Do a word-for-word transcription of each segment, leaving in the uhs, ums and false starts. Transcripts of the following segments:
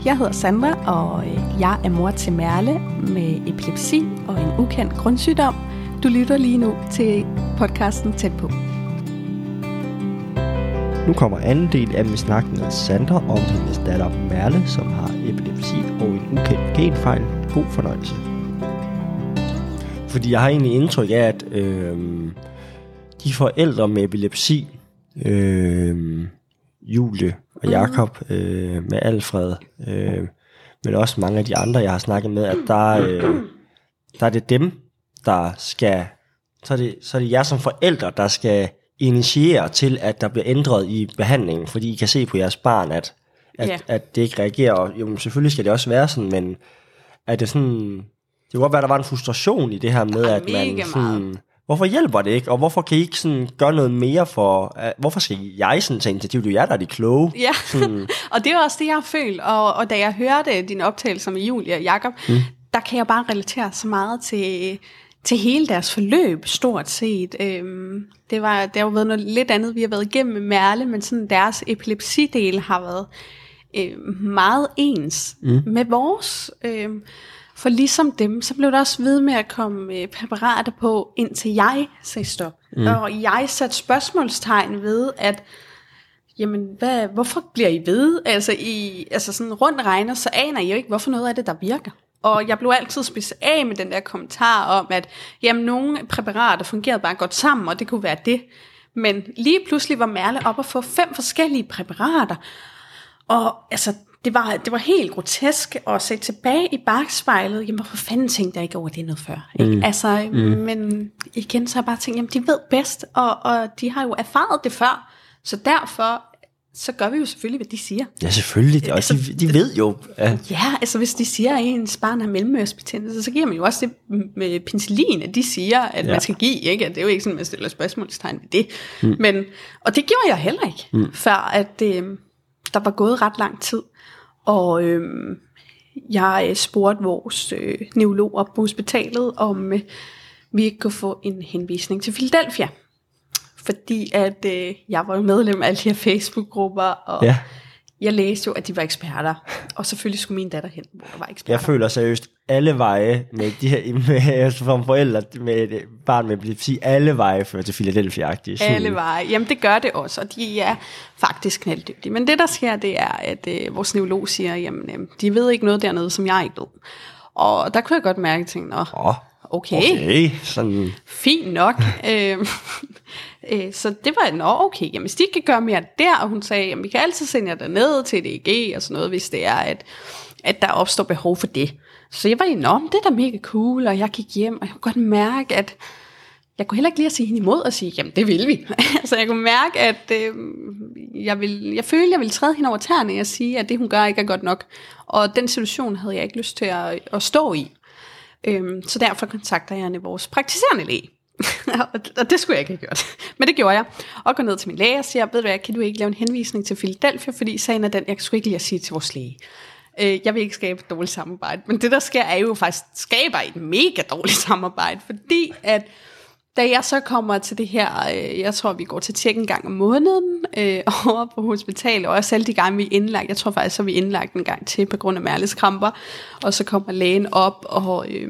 Jeg hedder Sandra, og jeg er mor til Merle med epilepsi og en ukendt grundsygdom. Du lytter lige nu til podcasten Tæt på. Nu kommer anden del af min snak med Sandra om hendes datter Merle, som har epilepsi og en ukendt genfejl. God fornøjelse. Fordi jeg har egentlig indtryk af, at øh, de forældre med epilepsi, øh, Julie og Jakob, øh, med Alfred, øh, men også mange af de andre, jeg har snakket med, at der, øh, der er det dem, der skal, så er det, så er det jer som forældre, der skal initiere til, at der bliver ændret i behandlingen, fordi I kan se på jeres barn, at, at, yeah. at det ikke reagerer. Og jo, selvfølgelig skal det også være sådan, men er det sådan, det kunne godt være, der var en frustration i det her med, at man sådan, hvorfor hjælper det ikke, og hvorfor kan I ikke sådan gøre noget mere for, uh, hvorfor skal jeg sådan tage initiativ, det er jer, der er de kloge. Ja, og det er også det, jeg har følt, og, og da jeg hørte din optagelse med Julie og Jakob, mm. der kan jeg bare relatere så meget til, til hele deres forløb, stort set. Øhm, det, var, det har jo været noget lidt andet, vi har været igennem med Merle, men sådan deres epilepsidel har været øh, meget ens mm. med vores. Øh, for ligesom dem, så blev der også ved med at komme øh, præparater på, indtil jeg sagde stop. Mm. Og jeg satte spørgsmålstegn ved, at jamen, hvad, hvorfor bliver I ved? Altså, I, altså sådan rundt regner, så aner I jo ikke, hvorfor noget af det, der virker. Og jeg blev altid spidset af med den der kommentar om, at jamen, nogle præparater fungerede bare godt sammen, og det kunne være det. Men lige pludselig var Merle op at få fem forskellige præparater. Og altså, det var, det var helt grotesk at se tilbage i bagspejlet. Jamen, hvorfor fanden tænkte jeg ikke over det noget før? Ikke? Mm. Altså, mm. men igen, så har jeg bare tænkt, jamen, de ved bedst, og, og de har jo erfaret det før. Så derfor så gør vi jo selvfølgelig, hvad de siger. Ja, selvfølgelig. Og altså, de, de ved jo. Ja. ja, altså hvis de siger, at ens barn har mellemørebetændelse, så giver man jo også det med penicillin, at de siger, at ja. man skal give. Ikke? Det er jo ikke sådan, at man stiller spørgsmålstegn ved det. Mm. Men, og det gjorde jeg heller ikke, mm. før at øh, der var gået ret lang tid. Og øh, jeg spurgte vores øh, neurologer på hospitalet, om øh, vi ikke kunne få en henvisning til Philadelphia. Fordi at øh, jeg var jo medlem af alle de her Facebook-grupper, og ja. jeg læste jo, at de var eksperter. Og selvfølgelig skulle min datter hen, hvor der var eksperter. Jeg føler seriøst alle veje med de her med, som forældre med et barn med epilepsi, alle veje fører til Philadelphia-agtige. Alle veje. Jamen det gør det også, og de er faktisk knalddygtige. Men det der sker, det er, at øh, vores neurolog siger, jamen øh, de ved ikke noget dernede, som jeg ikke ved. Og der kunne jeg godt mærke, at jeg tænkte, åh, okay, okay. Sådan. Fint nok. øh, øh, så det var, nå okay, jamen hvis de kan gøre mere der, og hun sagde, jamen vi kan altid sende jer derned til et E E G og sådan noget, hvis det er, at, at der opstår behov for det. Så jeg var enormt, det er da mega cool, og jeg gik hjem, og jeg kunne godt mærke, at jeg kunne heller ikke lige at sige hende imod og sige, jamen det vil vi. Så jeg kunne mærke, at øh, jeg, ville, jeg følte, jeg ville træde hende over tæerne og sige, at det hun gør ikke er godt nok. Og den situation havde jeg ikke lyst til at, at stå i. Øhm, så derfor kontakter jeg vores praktiserende læge. Og det skulle jeg ikke have gjort. Men det gjorde jeg. Og går ned til min læge og siger, ved du hvad, kan du ikke lave en henvisning til Philadelphia, fordi sagen er den, jeg skulle ikke lige at sige til vores læge. Øh, jeg vil ikke skabe et dårligt samarbejde. Men det der sker, er jo faktisk, skaber et mega dårligt samarbejde, fordi at da jeg så kommer til det her, øh, jeg tror vi går til tjek en gang om måneden øh, over på hospitalet, og også alle de gange vi er indlagt, jeg tror faktisk så vi er indlagt en gang til på grund af Merles kramper, og så kommer lægen op, og øh,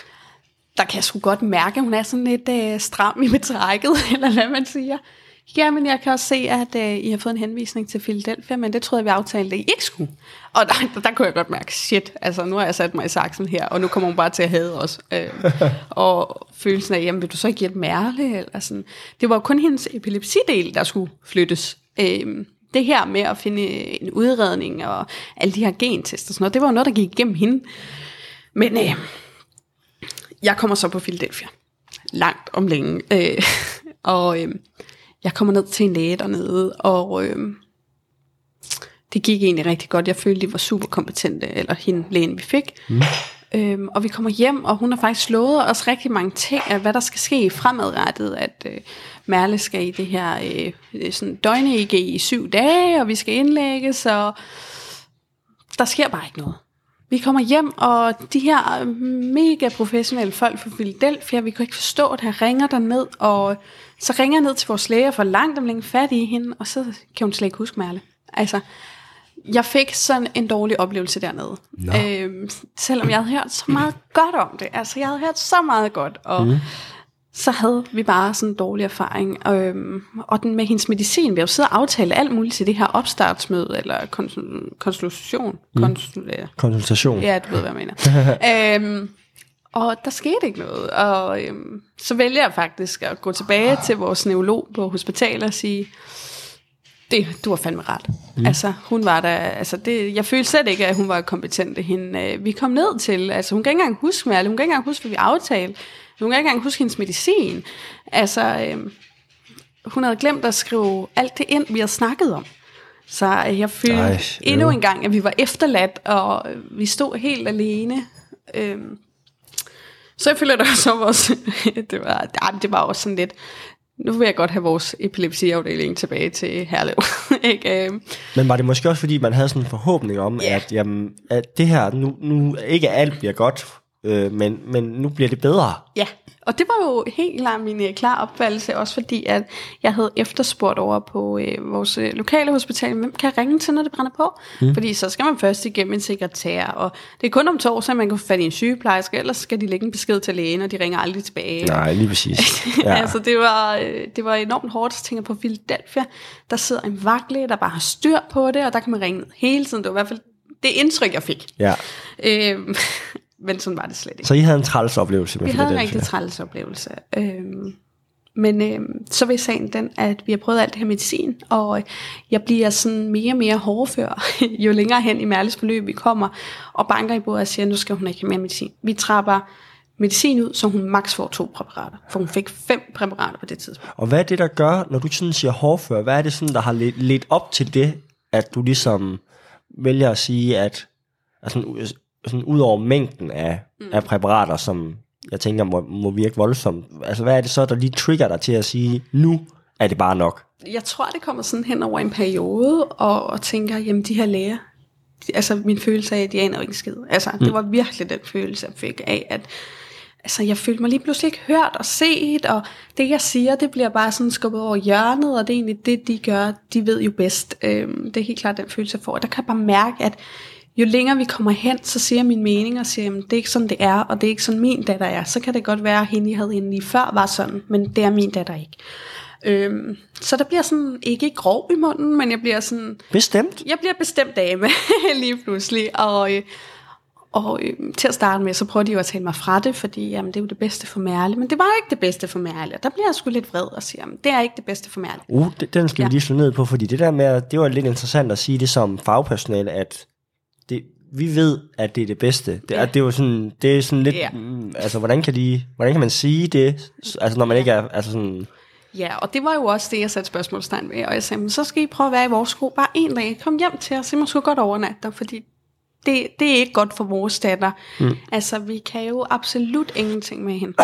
der kan jeg sgu godt mærke, at hun er sådan lidt øh, stram i betrækket, eller hvad man siger. Jamen jeg kan også se, at øh, I har fået en henvisning til Philadelphia, men det troede jeg vi aftalte, at I ikke skulle. Og der, der, der kunne jeg godt mærke, shit, altså nu har jeg sat mig i saksen her, og nu kommer hun bare til at hade os. Øh, og følelsen af, jamen vil du så ikke hjælpe Merle? Eller sådan. Det var jo kun hendes epilepsidel, der skulle flyttes. Øh, det her med at finde en udredning og alle de her gentester og sådan noget, det var jo noget, der gik igennem hende. Men øh, jeg kommer så på Philadelphia. Langt om længe. Øh, og øh, jeg kommer ned til en læge dernede, og øh, det gik egentlig rigtig godt. Jeg følte, de var super kompetente, eller hende lægen, vi fik. Mm. Øhm, og vi kommer hjem, og hun har faktisk slået os rigtig mange ting af, hvad der skal ske fremadrettet. At øh, Merle skal i det her øh, sådan døgn-E G i syv dage, og vi skal indlægges, og der sker bare ikke noget. Vi kommer hjem, og de her mega professionelle folk fra Philadelphia, vi kunne ikke forstå, at her ringer der ned, og så ringer jeg ned til vores læge og får langt om længe fat i hende, og så kan hun slet ikke huske Merle. Altså, jeg fik sådan en dårlig oplevelse dernede. No. Øhm, selvom jeg havde hørt så meget godt om det. Altså, jeg havde hørt så meget godt, og mm. så havde vi bare sådan en dårlig erfaring. Øhm, og den med hendes medicin, vi har jo siddet og aftalt alt muligt til det her opstartsmøde, eller konsul- konsultation. Mm. Konsul- ja. Konsultation. Ja, du ved, hvad jeg mener. øhm, og der skete ikke noget. Og øhm, så vælger jeg faktisk at gå tilbage til vores neurolog på hospitalet og sige, det, du var fandme ret. Mm. Altså, hun var der, altså det, jeg følte slet ikke, at hun var kompetent. Hende, vi kom ned til, altså hun kan ikke engang huske mig, hun kan ikke engang huske, hvad vi aftalte. Hun kan ikke engang huske hendes medicin. Altså, øhm, hun havde glemt at skrive alt det ind, vi havde snakket om. Så jeg følte Ej, endnu en gang, at vi var efterladt, og vi stod helt alene. Øhm, så jeg føler det også også, det var, det var også sådan lidt, nu vil jeg godt have vores epilepsiafdeling tilbage til Herlev. Ikke? Men var det måske også, fordi man havde sådan en forhåbning om, yeah. at, jamen, at det her, nu, nu ikke alt bliver godt, øh, men, men nu bliver det bedre? Ja, og det var jo helt klart min klar opfattelse, også fordi at jeg havde efterspurgt over på øh, vores øh, lokale hospital, hvem kan jeg ringe til, når det brænder på? Mm. Fordi så skal man først igennem en sekretær, og det er kun om torsdag, man kan få fat i en sygeplejerske, ellers skal de lægge en besked til lægen, og de ringer aldrig tilbage. Nej, lige præcis. Ja. Altså det var, øh, det var enormt hårdt, så tænker på Philadelphia, der sidder en vagtlæge, der bare har styr på det, og der kan man ringe hele tiden. Det var i hvert fald det indtryk, jeg fik. Ja. Øh, Men sådan var det slet ikke. Så I havde en træls oplevelse med Vi havde en rigtig træls oplevelse. Øhm, men øhm, så vil sagen den, at vi har prøvet alt det her medicin, og jeg bliver sådan mere og mere hårdfør, jo længere hen i Merles forløb vi kommer, og banker i bordet og siger, nu skal hun ikke have mere medicin. Vi trapper medicin ud, så hun maks får to præparater, for hun fik fem præparater på det tidspunkt. Og hvad er det, der gør, når du sådan siger hårdfør, hvad er det sådan, der har ledt, ledt op til det, at du ligesom vælger at sige, at altså, sådan ud over mængden af, mm. af præparater, som jeg tænker må, må virke voldsomt. Altså hvad er det så, der lige trigger dig til at sige, nu er det bare nok? Jeg tror, det kommer sådan hen over en periode, og, og tænker, jamen de her læger, de, altså min følelse af, at de aner jo ikke skid. Altså mm. det var virkelig den følelse, jeg fik af, at altså, jeg følte mig lige pludselig ikke hørt og set, og det jeg siger, det bliver bare sådan skubbet over hjørnet, og det er egentlig det, de gør, de ved jo bedst. Øhm, det er helt klart den følelse, jeg får. Og der kan jeg bare mærke, at jo længere vi kommer hen, så siger min mening og siger, at det er ikke sådan, det er, og det er ikke sådan, min datter er. Så kan det godt være, at hende, jeg havde inde lige før, var sådan, men det er min datter ikke. Øhm, så der bliver sådan, ikke grov i munden, men jeg bliver sådan... Bestemt? Jeg bliver bestemt dame, lige pludselig. Og, og øh, til at starte med, så prøver de jo at tale mig fra det, fordi jamen, det er jo det bedste for Merle. Men det var jo ikke det bedste for Merle. Der bliver jeg sgu lidt vred og siger, det er ikke det bedste for Merle. Uh, den skal ja. vi lige slå ned på, fordi det der med, det var lidt interessant at sige det som fagpersonale, at det... Vi ved, at det er det bedste. Det er, ja. det er jo sådan, det er sådan lidt, ja. mm, altså hvordan kan de, hvordan kan man sige det, altså når man ja. ikke er, altså sådan. Ja, og det var jo også det, jeg satte spørgsmålstegn ved, og jeg sagde, så skal I prøve at være i vores sko bare en dag, kom hjem til os, så I må sgu godt overnatte der, fordi det, det er ikke godt for vores datter. Mm. Altså, vi kan jo absolut ingenting med hende.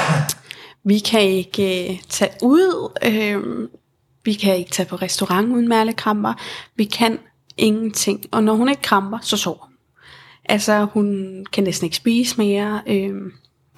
Vi kan ikke uh, tage ud, øh, vi kan ikke tage på restaurant uden Merle kramper, vi kan ingenting, og når hun ikke kramper, så sover. Altså, hun kan næsten ikke spise mere. Øhm,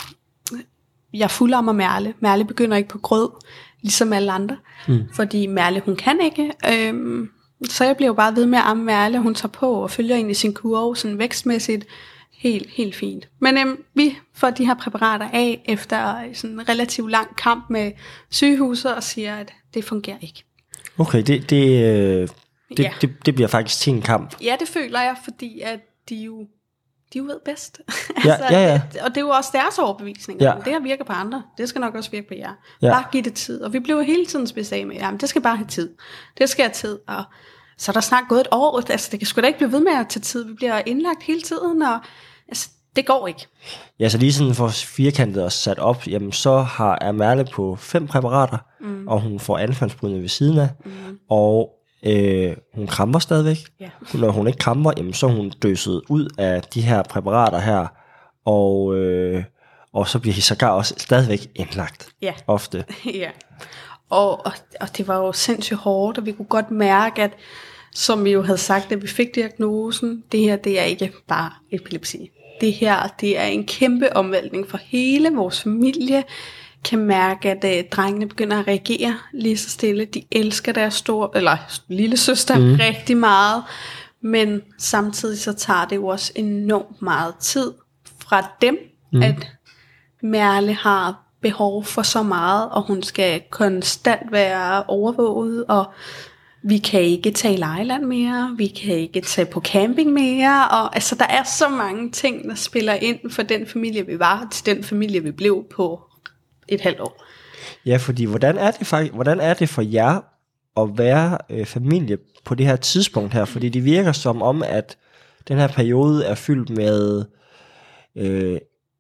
jeg fuldammer Merle. Merle begynder ikke på grød, ligesom alle andre. Mm. Fordi Merle, hun kan ikke. Øhm, så jeg bliver jo bare ved med at amme Merle. Hun tager på og følger ind i sin kurve, sådan vækstmæssigt. Helt, helt fint. Men øhm, vi får de her præparater af, efter sådan en relativt lang kamp med sygehuset, og siger, at det fungerer ikke. Okay, det... det øh... Det, ja. det, det bliver faktisk til en kamp. Ja, det føler jeg, fordi at de jo, de jo ved bedst. Ja, altså, ja, ja. Og det er jo også deres overbevisning. Ja. Det her virker på andre. Det skal nok også virke på jer. Ja. Bare give det tid. Og vi blev hele tiden spidset af med, jamen det skal bare have tid. Det skal have tid. Og så er der snart gået et år. Altså det kan sgu da ikke blive ved med at tage tid. Vi bliver indlagt hele tiden, og altså, det går ikke. Ja, så lige sådan for firkantet og sat op, jamen så har er Merle på fem præparater, mm. og hun får anfaldsbrydende ved siden af, mm. og Øh, hun kramper stadigvæk. Ja. Når hun ikke kramper, jamen, så er hun døset ud af de her præparater her, og, øh, og så bliver de sågar også stadigvæk indlagt. Ja. Ofte. Ja. Og, og, og det var jo sindssygt hårdt, og vi kunne godt mærke, at som vi jo havde sagt, da vi fik diagnosen, det her, det er ikke bare epilepsi. Det her, det er en kæmpe omvæltning for hele vores familie. Kan mærke, at øh, drengene begynder at reagere lige så stille. De elsker deres store, eller lille søster mm. rigtig meget. men samtidig så tager det jo også enormt meget tid fra dem, mm. at Merle har behov for så meget, og hun skal konstant være overvåget, og vi kan ikke tage i Lejland mere, vi kan ikke tage på camping mere, og altså der er så mange ting, der spiller ind for den familie, vi var, til den familie, vi blev på et halvt år. Ja, fordi hvordan er det, faktisk, hvordan er det for jer at være øh, familie på det her tidspunkt her? Fordi det virker som om, at den her periode er fyldt med øh,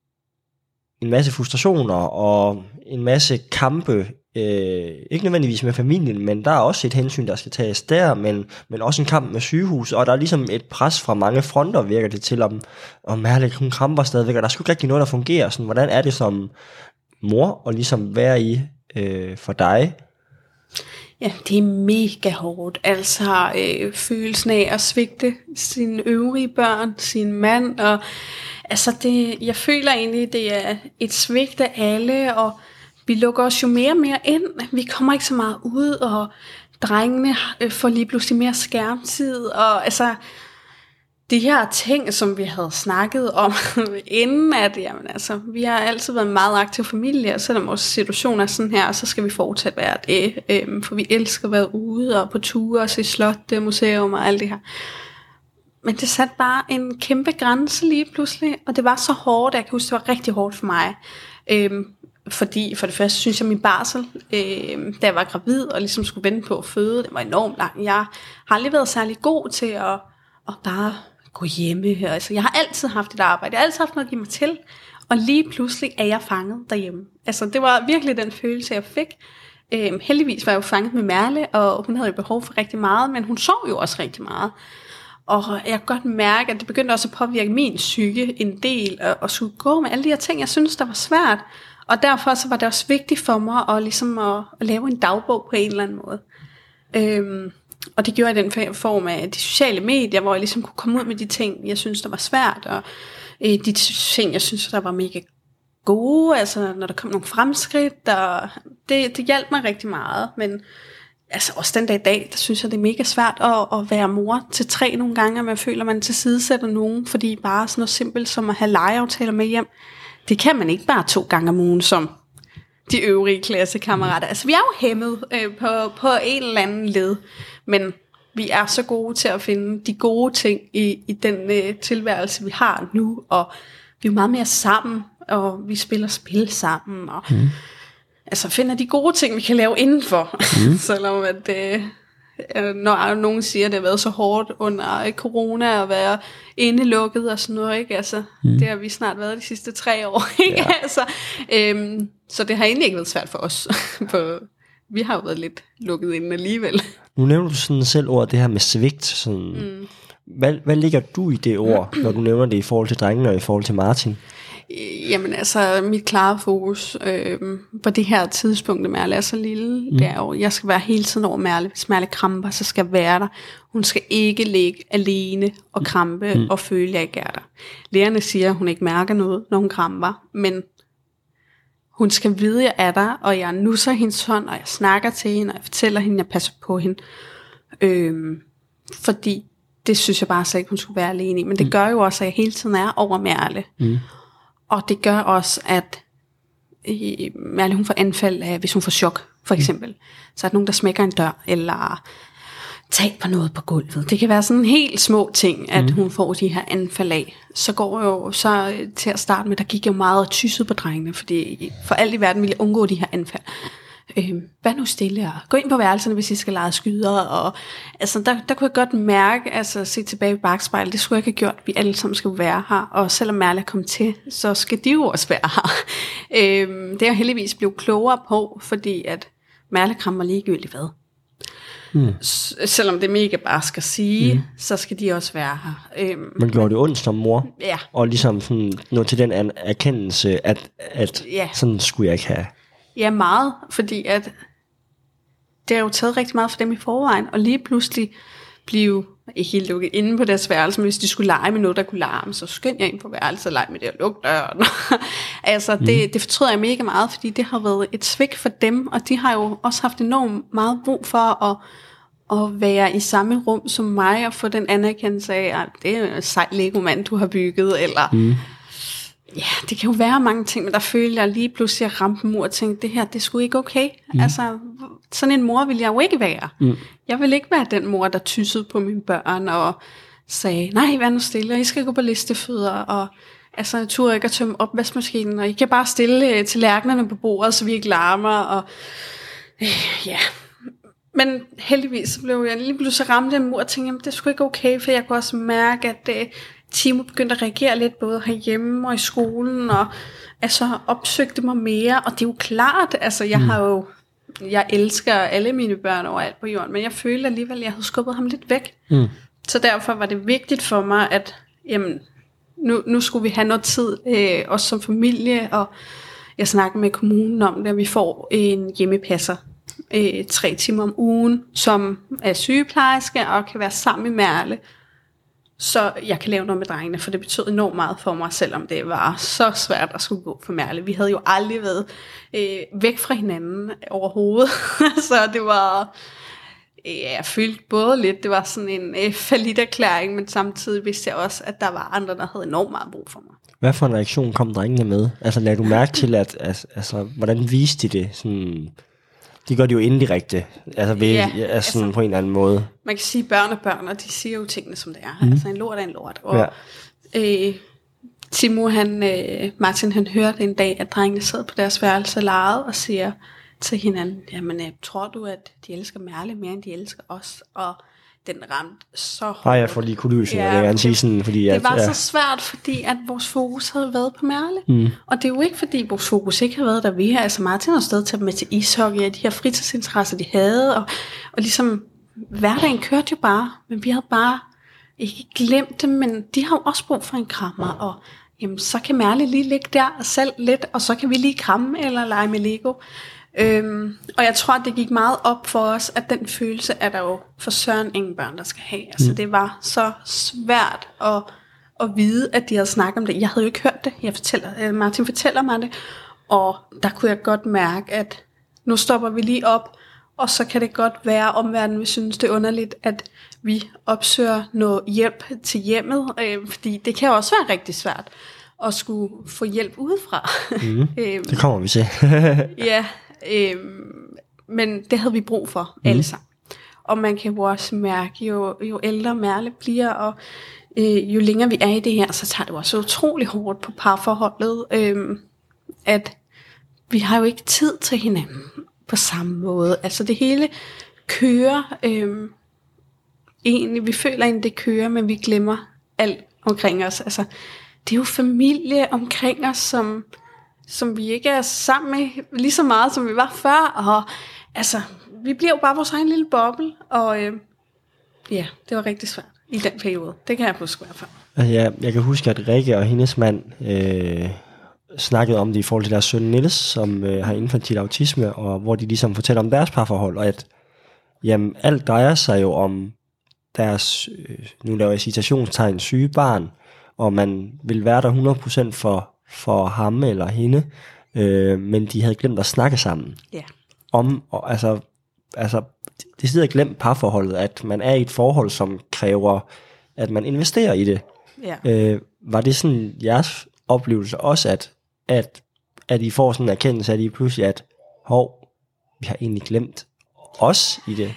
en masse frustrationer og en masse kampe, øh, ikke nødvendigvis med familien, men der er også et hensyn, der skal tages der, men, men også en kamp med sygehus, og der er ligesom et pres fra mange fronter, virker det til, om, om Merle, hun kramper stadigvæk, og der er sgu ikke rigtig noget, der fungerer. Sådan, hvordan er det som mor at ligesom være i øh, for dig? Ja, det er mega hårdt. Altså øh, følelsen af at svigte sine øvrige børn, sin mand, og altså det, jeg føler egentlig, det er et svigt af alle, og vi lukker os jo mere og mere ind. Vi kommer ikke så meget ud, og drengene får lige pludselig mere skærmtid, og altså de her ting, som vi havde snakket om inden, at jamen, altså, vi har altid været en meget aktiv familie, og selvom vores situation er sådan her, så skal vi fortsat være det, øhm, for vi elsker at være ude og på ture og se slot, museum og alt det her. Men det satte bare en kæmpe grænse lige pludselig, og det var så hårdt, jeg kan huske, det var rigtig hårdt for mig. Øhm, fordi for det første synes jeg, min barsel, øhm, da jeg var gravid og ligesom skulle vente på at føde, det var enormt lang. Jeg har aldrig været særlig god til at, at bare gå hjemme. Altså, jeg har altid haft et arbejde, jeg har altid haft noget at give mig til, og lige pludselig er jeg fanget derhjemme. Altså, det var virkelig den følelse, jeg fik. Øhm, heldigvis var jeg jo fanget med Merle, og hun havde jo behov for rigtig meget, men hun sov jo også rigtig meget. Og jeg kan godt mærke, at det begyndte også at påvirke min psyke en del, og, og skulle gå med alle de her ting, jeg synes, der var svært. Og derfor så var det også vigtigt for mig at, ligesom at, at lave en dagbog på en eller anden måde. Øhm, og det gjorde jeg i den form af de sociale medier, hvor jeg ligesom kunne komme ud med de ting, jeg synes, der var svært, og øh, de ting, jeg synes, der var mega gode, altså når der kom nogle fremskridt, og det, det hjalp mig rigtig meget, men altså også den dag i dag, der synes jeg, det er mega svært at, at være mor til tre nogle gange, og man føler, at man tilsidesætter nogen, fordi bare sådan noget simpelt som at have legeaftaler med hjem, det kan man ikke bare to gange om ugen, som de øvrige klassekammerater. Altså vi er jo hæmmet øh, på, på en eller anden led, men vi er så gode til at finde de gode ting i, i den øh, tilværelse, vi har nu, og vi er meget mere sammen, og vi spiller spil sammen, og mm. altså finder de gode ting, vi kan lave indenfor, mm. selvom at øh, når nogen siger, at det har været så hårdt under corona at være indelukket og sådan noget, ikke? Altså, mm. det har vi snart været de sidste tre år, ikke? Ja. Altså, øhm, så det har egentlig ikke været svært for os. For vi har jo været lidt lukket inde alligevel. Nu nævner du sådan selv ordet, det her med svigt. Sådan. Mm. Hvad, hvad ligger du i det ord, når du nævner det i forhold til drengene og i forhold til Martin? Jamen altså, mit klare fokus øh, på det her tidspunkt, Merle er så lille, mm. det er jo, jeg skal være hele tiden over Merle. Hvis Merle kramper, så skal jeg være der. Hun skal ikke ligge alene og krampe mm. og føle, at jeg ikke er der. Lærerne siger, at hun ikke mærker noget, når hun kramper, men hun skal vide, at jeg er der, og jeg nusser hendes hånd, og jeg snakker til hende, og jeg fortæller hende, at jeg passer på hende. Øh, fordi det synes jeg bare slet ikke, hun skulle være alene i. Men det gør jo også, at jeg hele tiden er over Merle. Mm. Og det gør også, at øh, Merle hun får anfald af, hvis hun får chok, for eksempel. Mm. Så er der nogen, der smækker en dør, eller taber noget på gulvet. Det kan være sådan helt små ting, at mm. hun får de her anfald af. Så går jo så til at starte med, der gik jo meget tysset på drengene, fordi for alt i verden ville jeg undgå de her anfald. Øh, vær nu stille og gå ind på værelserne, hvis I skal lege skyder. Og, altså, der, der kunne jeg godt mærke, altså se tilbage i bagspejlet, det skulle jeg ikke have gjort, vi alle sammen skulle være her. Og selvom Merle er kommet til, så skal de jo også være her. Øh, det er jeg heldigvis blevet klogere på, fordi at Merle krammer ligegyldigt hvad. Mm. S- selvom det mega bare skal sige, mm. så skal de også være her. Øhm, Man gjorde det ondt som mor, ja. Og ligesom sådan, nå til den an- erkendelse, at, at ja. sådan skulle jeg ikke have. Ja, meget, fordi at det har jo taget rigtig meget for dem i forvejen, og lige pludselig blive ikke helt lukket inde på deres værelse, men hvis de skulle lege med noget, der kunne larme, så skynd jeg ind på værelset og lege med det og lukke døren. altså, mm. det, det fortryder jeg mega meget, fordi det har været et svigt for dem, og de har jo også haft enormt meget brug for at, at være i samme rum som mig, og få den anerkendelse af, at det er en sej Lego-mand, du har bygget, eller mm. ja, det kan jo være mange ting, men der følte jeg lige pludselig at rampe mur og tænkte, det her, det er sgu ikke okay. Mm. Altså, sådan en mor vil jeg jo ikke være. Mm. Jeg vil ikke være den mor, der tyssede på mine børn, og sagde, nej, vær nu stille, og I skal gå på listefødder, og altså, jeg turde ikke at tømme opvaskemaskinen, og I kan bare stille tallerkenerne på bordet, så vi ikke larmer, og øh, ja. Men heldigvis blev jeg lige pludselig ramt af en mur, og tænkte, jamen, det er sgu ikke okay, for jeg kunne også mærke, at øh, Timo begyndte at reagere lidt, både herhjemme og i skolen, og altså opsøgte mig mere, og det er jo klart, altså, jeg mm. har jo, jeg elsker alle mine børn overalt på jorden, men jeg følte alligevel, at jeg havde skubbet ham lidt væk. Mm. Så derfor var det vigtigt for mig, at jamen, nu, nu skulle vi have noget tid, øh, også som familie, og jeg snakker med kommunen om det, at vi får en hjemmepasser øh, tre timer om ugen, som er sygeplejerske og kan være sammen med Merle, så jeg kan lave noget med drengene, for det betød enormt meget for mig, selvom det var så svært at skulle gå for Merle. Vi havde jo aldrig været øh, væk fra hinanden overhovedet, så det var... Ja, jeg følte både lidt, det var sådan en øh, falliterklæring, men samtidig vidste jeg også, at der var andre, der havde enormt meget brug for mig. Hvad for en reaktion kom drengene med? Altså lagde du mærke til, at altså, altså, hvordan viste de det? Sådan, de gør det jo indirekte, altså, ved, ja, altså, sådan, på en eller anden måde. Man kan sige børn og børn, og de siger jo tingene, som det er. Mm. Altså en lort er en lort. Og ja. øh, Timo, han, øh, Martin, han hørte en dag, at drengene sad på deres værelse og legede og siger til hinanden, jamen, tror du, at de elsker Merle mere, end de elsker os? Og den ramte så hårdt. Nej, jeg får lige kuløsninger, ja, det kan sige sådan, fordi... Det at, var ja. så svært, fordi at vores fokus havde været på Merle. Mm. Og det er jo ikke, fordi vores fokus ikke har været der. Vi har altså Martin og sted til med til ishockey, og de her fritidsinteresser, de havde, og, og ligesom hverdagen kørte jo bare, men vi havde bare ikke glemt dem, men de har jo også brug for en krammer, og jamen, så kan Merle lige ligge der og selv lidt, og så kan vi lige kramme eller lege med Lego. Øhm, og jeg tror, at det gik meget op for os, at den følelse er der jo for søren ingen børn, der skal have. Altså mm. det var så svært at, at vide, at de havde snakket om det. Jeg havde jo ikke hørt det. Jeg fortæller, Martin fortæller mig det, og der kunne jeg godt mærke, at nu stopper vi lige op, og så kan det godt være, at omverdenen vil synes, det er underligt, at vi opsøger noget hjælp til hjemmet, øh, fordi det kan jo også være rigtig svært at skulle få hjælp udefra. Mm. øhm, det kommer vi til. ja, Øhm, men det havde vi brug for, mm. alle sammen. Og man kan jo også mærke, jo, jo ældre Merle bliver, og øh, jo længere vi er i det her, så tager det jo også utrolig hårdt på parforholdet, øh, at vi har jo ikke tid til hinanden på samme måde. Altså det hele kører, øh, egentlig, vi føler egentlig det kører, men vi glemmer alt omkring os. Altså det er jo familie omkring os, som... som vi ikke er sammen med lige så meget, som vi var før, og altså, vi bliver jo bare vores egen lille boble, og øh, ja, det var rigtig svært i den periode. Det kan jeg huske i hvert fald. Ja, jeg kan huske, at Rikke og hendes mand øh, snakkede om det i forhold til deres søn Niels, som øh, har infantil autisme, og hvor de ligesom fortæller om deres parforhold, og at jamen, alt drejer sig jo om deres, øh, nu laver jeg citationstegn, syge barn, og man vil være der hundrede procent for for ham eller hende, øh, men de havde glemt at snakke sammen. Ja. Om, og, altså, altså, det sidder glemt parforholdet, at man er i et forhold, som kræver, at man investerer i det. Ja. Øh, var det sådan jeres oplevelse også, at, at, at I får sådan en erkendelse, at I pludselig, at hov, vi har egentlig glemt os i det?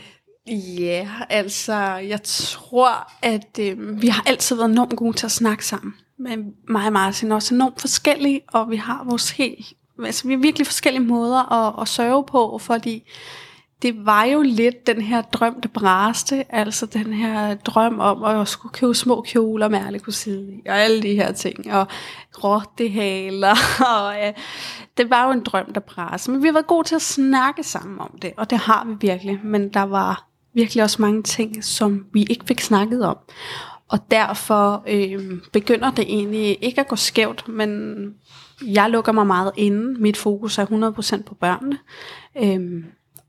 Ja, altså, jeg tror, at øh, vi har altid været enormt gode til at snakke sammen. Men mig og Martin er også enormt forskellige, og vi har vores helt, altså vi har virkelig forskellige måder at, at sørge på, fordi det var jo lidt den her drøm, der braste, altså den her drøm om at skulle købe små kjoler, Merle kunne sidde i, og alle de her ting, og rottehaler, og ja, det var jo en drøm, der braste. Men vi har været gode til at snakke sammen om det, og det har vi virkelig, men der var virkelig også mange ting, som vi ikke fik snakket om. Og derfor øh, begynder det egentlig ikke at gå skævt, men jeg lukker mig meget inde. Mit fokus er hundrede procent på børnene. Øh,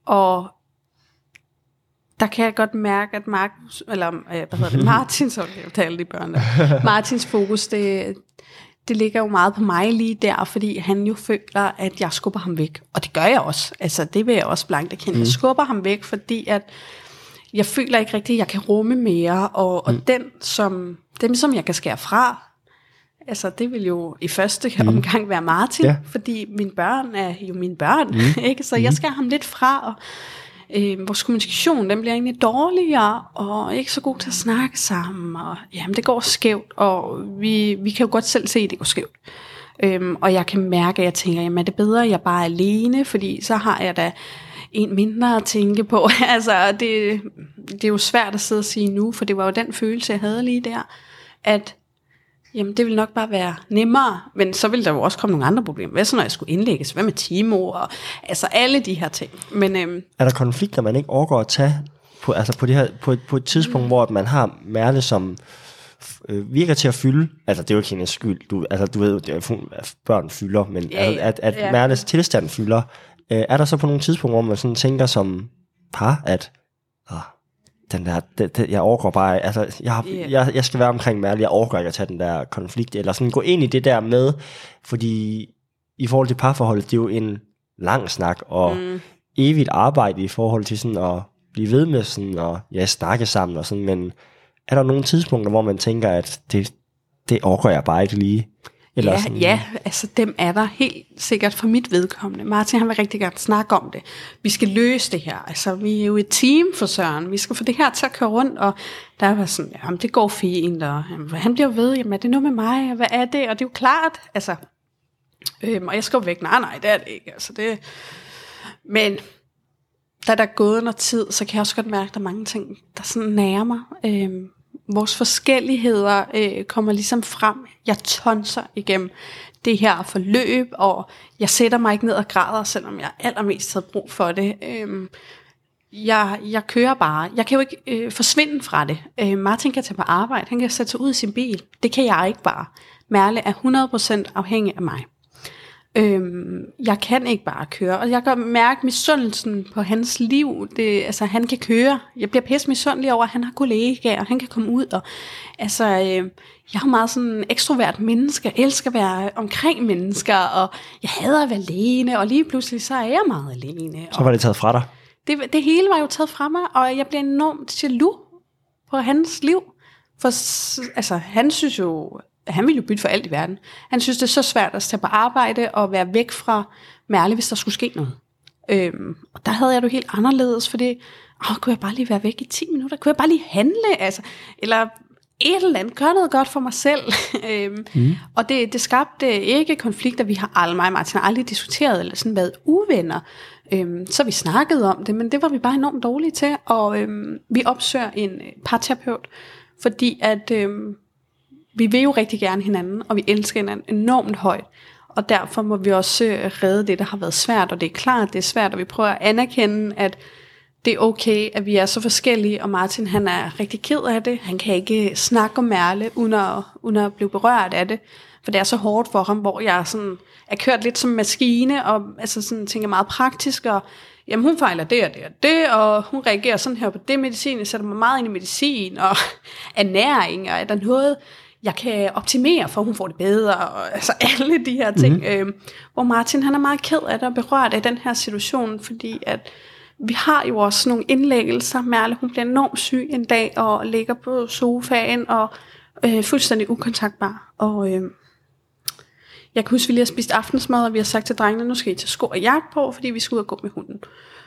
og der kan jeg godt mærke, at Markus, eller, øh, hvad hedder det, Martin, så jeg taler de børn der. Martins fokus, det, det ligger jo meget på mig lige der, fordi han jo føler, at jeg skubber ham væk. Og det gør jeg også. Altså, det vil jeg også blankt erkende. Jeg skubber ham væk, fordi at jeg føler ikke rigtigt, at jeg kan rumme mere, og, og mm. den, som, dem, som jeg kan skære fra, altså det vil jo i første mm. omgang være Martin, ja. Fordi mine børn er jo mine børn, mm. ikke? Så mm. jeg skærer ham lidt fra, og øh, vores kommunikation, den bliver egentlig dårligere, og ikke så god til at snakke sammen, og jamen det går skævt, og vi, vi kan jo godt selv se, at det går skævt. Øhm, og jeg kan mærke, at jeg tænker, jamen er det bedre, at jeg bare er alene, fordi så har jeg da en mindre at tænke på. Altså, det, det er jo svært at sidde og sige nu, for det var jo den følelse, jeg havde lige der, at jamen, det ville nok bare være nemmere, men så ville der jo også komme nogle andre problemer. Hvad så, når jeg skulle indlægges? Hvad med Timo? Og, altså, alle de her ting. Men, øhm, er der konflikter, man ikke overgår at tage på, altså på, det her, på, på et tidspunkt, mm. hvor man har Merle, som øh, virker til at fylde? Altså, det er jo ikke hendes skyld. Du, altså, du ved jo, at børn fylder, men ja, altså, at, at ja. Merles tilstand fylder. Øh, er der så på nogle tidspunkter, hvor man sådan tænker som par, at åh, den der, det, det, jeg overgår bare, altså, jeg, yeah. jeg, jeg skal være omkring Merle, jeg overgår ikke at tage den der konflikt, eller sådan gå ind i det der med, fordi i forhold til parforholdet, det er jo en lang snak, og mm. evigt arbejde i forhold til sådan at blive ved med sådan, og ja, snakke sammen og sådan, men er der nogle tidspunkter, hvor man tænker, at det, det overgår jeg bare ikke lige? Eller ja, sådan. ja, altså dem er der helt sikkert for mit vedkommende. Martin, han vil rigtig gerne snakke om det. Vi skal løse det her. Altså, vi er jo et team for Søren. Vi skal få det her til at køre rundt, og der var sådan, jamen, det går fint, og jamen, han bliver ved, jamen, er det noget med mig, og hvad er det? Og det er jo klart, altså, øhm, og jeg skal jo væk. Nej, nej, det er det ikke. Altså, det, men da der er gået noget tid, så kan jeg også godt mærke, at der er mange ting, der sådan nærer mig. Øhm, Vores forskelligheder øh, kommer ligesom frem. Jeg tonser igennem det her forløb, og jeg sætter mig ikke ned og græder, selvom jeg allermest havde brug for det. Øhm, jeg, jeg kører bare. Jeg kan jo ikke øh, forsvinde fra det. Øh, Martin kan tage på arbejde. Han kan sætte sig ud i sin bil. Det kan jeg ikke bare. Merle er hundrede procent afhængig af mig. Øhm, jeg kan ikke bare køre, og jeg kan mærke misundelsen på hans liv. Det, altså, han kan køre. Jeg bliver pisse misundelig over, at han har kollegaer, han kan komme ud. Og, altså, øh, jeg er meget sådan en ekstrovert menneske. Jeg elsker at være omkring mennesker, og jeg hader at være alene, og lige pludselig så er jeg meget alene. Så var det taget fra dig? Det, det hele var jo taget fra mig, og jeg bliver enormt jaloux på hans liv. For altså, han synes jo... Han ville jo bytte for alt i verden. Han synes, det er så svært at tage på arbejde og være væk fra Merle, hvis der skulle ske noget. Øhm, og der havde jeg det helt anderledes, fordi åh, kunne jeg bare lige være væk i ti minutter? Kunne jeg bare lige handle? Altså, eller et eller andet. Gøre noget godt for mig selv. øhm, mm. Og det, det skabte ikke konflikter. Vi har aldrig, mig og Martin har aldrig diskuteret eller sådan været uvenner. Øhm, så vi snakkede om det, men det var vi bare enormt dårlige til. Og øhm, vi opsøger en parterapeut, fordi at... Øhm, vi vil jo rigtig gerne hinanden, og vi elsker hinanden enormt højt. Og derfor må vi også redde det, der har været svært. Og det er klart, det er svært, og vi prøver at anerkende, at det er okay, at vi er så forskellige. Og Martin, han er rigtig ked af det. Han kan ikke snakke om Merle, uden at, uden at blive berørt af det. For det er så hårdt for ham, hvor jeg sådan er kørt lidt som maskine, og altså sådan, tænker meget praktisk, og jamen hun fejler det og det og det, og hun reagerer sådan her på det medicin. Jeg sætter mig meget ind i medicin, og ernæring, og er der noget... jeg kan optimere, for hun får det bedre, og altså alle de her ting. Mm. Øh, hvor Martin, han er meget ked af det og berørt af den her situation, fordi at vi har jo også nogle indlæggelser. Merle, hun bliver enormt syg en dag, og ligger på sofaen, og øh, fuldstændig ukontaktbar. Og øh, jeg kan huske, at vi lige har spist aftensmad, og vi har sagt til drengene, nu skal I tage sko og jakke på, fordi vi skal ud og gå med hunden.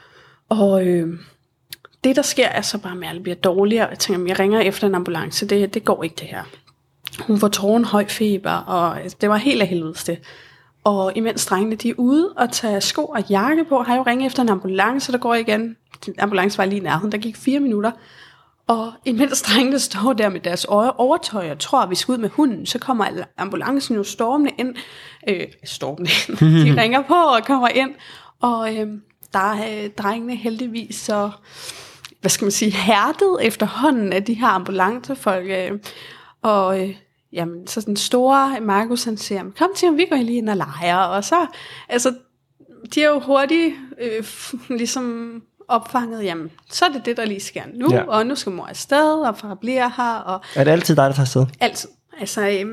Og øh, det, der sker, er så bare, at Merle bliver dårligere. Jeg tænker, jeg ringer efter en ambulance. Det, det går ikke, det her. Hun får tårn, høj feber, og det var helt af helvedes det. Og imens drengene de er ude og tager sko og jakke på, har jeg jo ringet efter en ambulance, der går igen. Ambulancen var lige i nærheden, der gik fire minutter. Og imens drengene står der med deres overtøj og tror, at vi skal ud med hunden, så kommer ambulancen jo stormende ind. Øh, stormende ind. De ringer på og kommer ind. Og øh, der er øh, drengene heldigvis så, hvad skal man sige, hærdet efterhånden af de her ambulancefolk. Øh, og øh, jamen, så den store Markus, han siger, kom til ham, vi går lige ind og leger. Og så, altså, de er jo hurtigt øh, ligesom opfanget, jamen, så er det det, der lige sker nu, ja. Og nu skal mor afsted, og far bliver her. Og er det altid dig, der tager afsted? Altid. Altså, øh,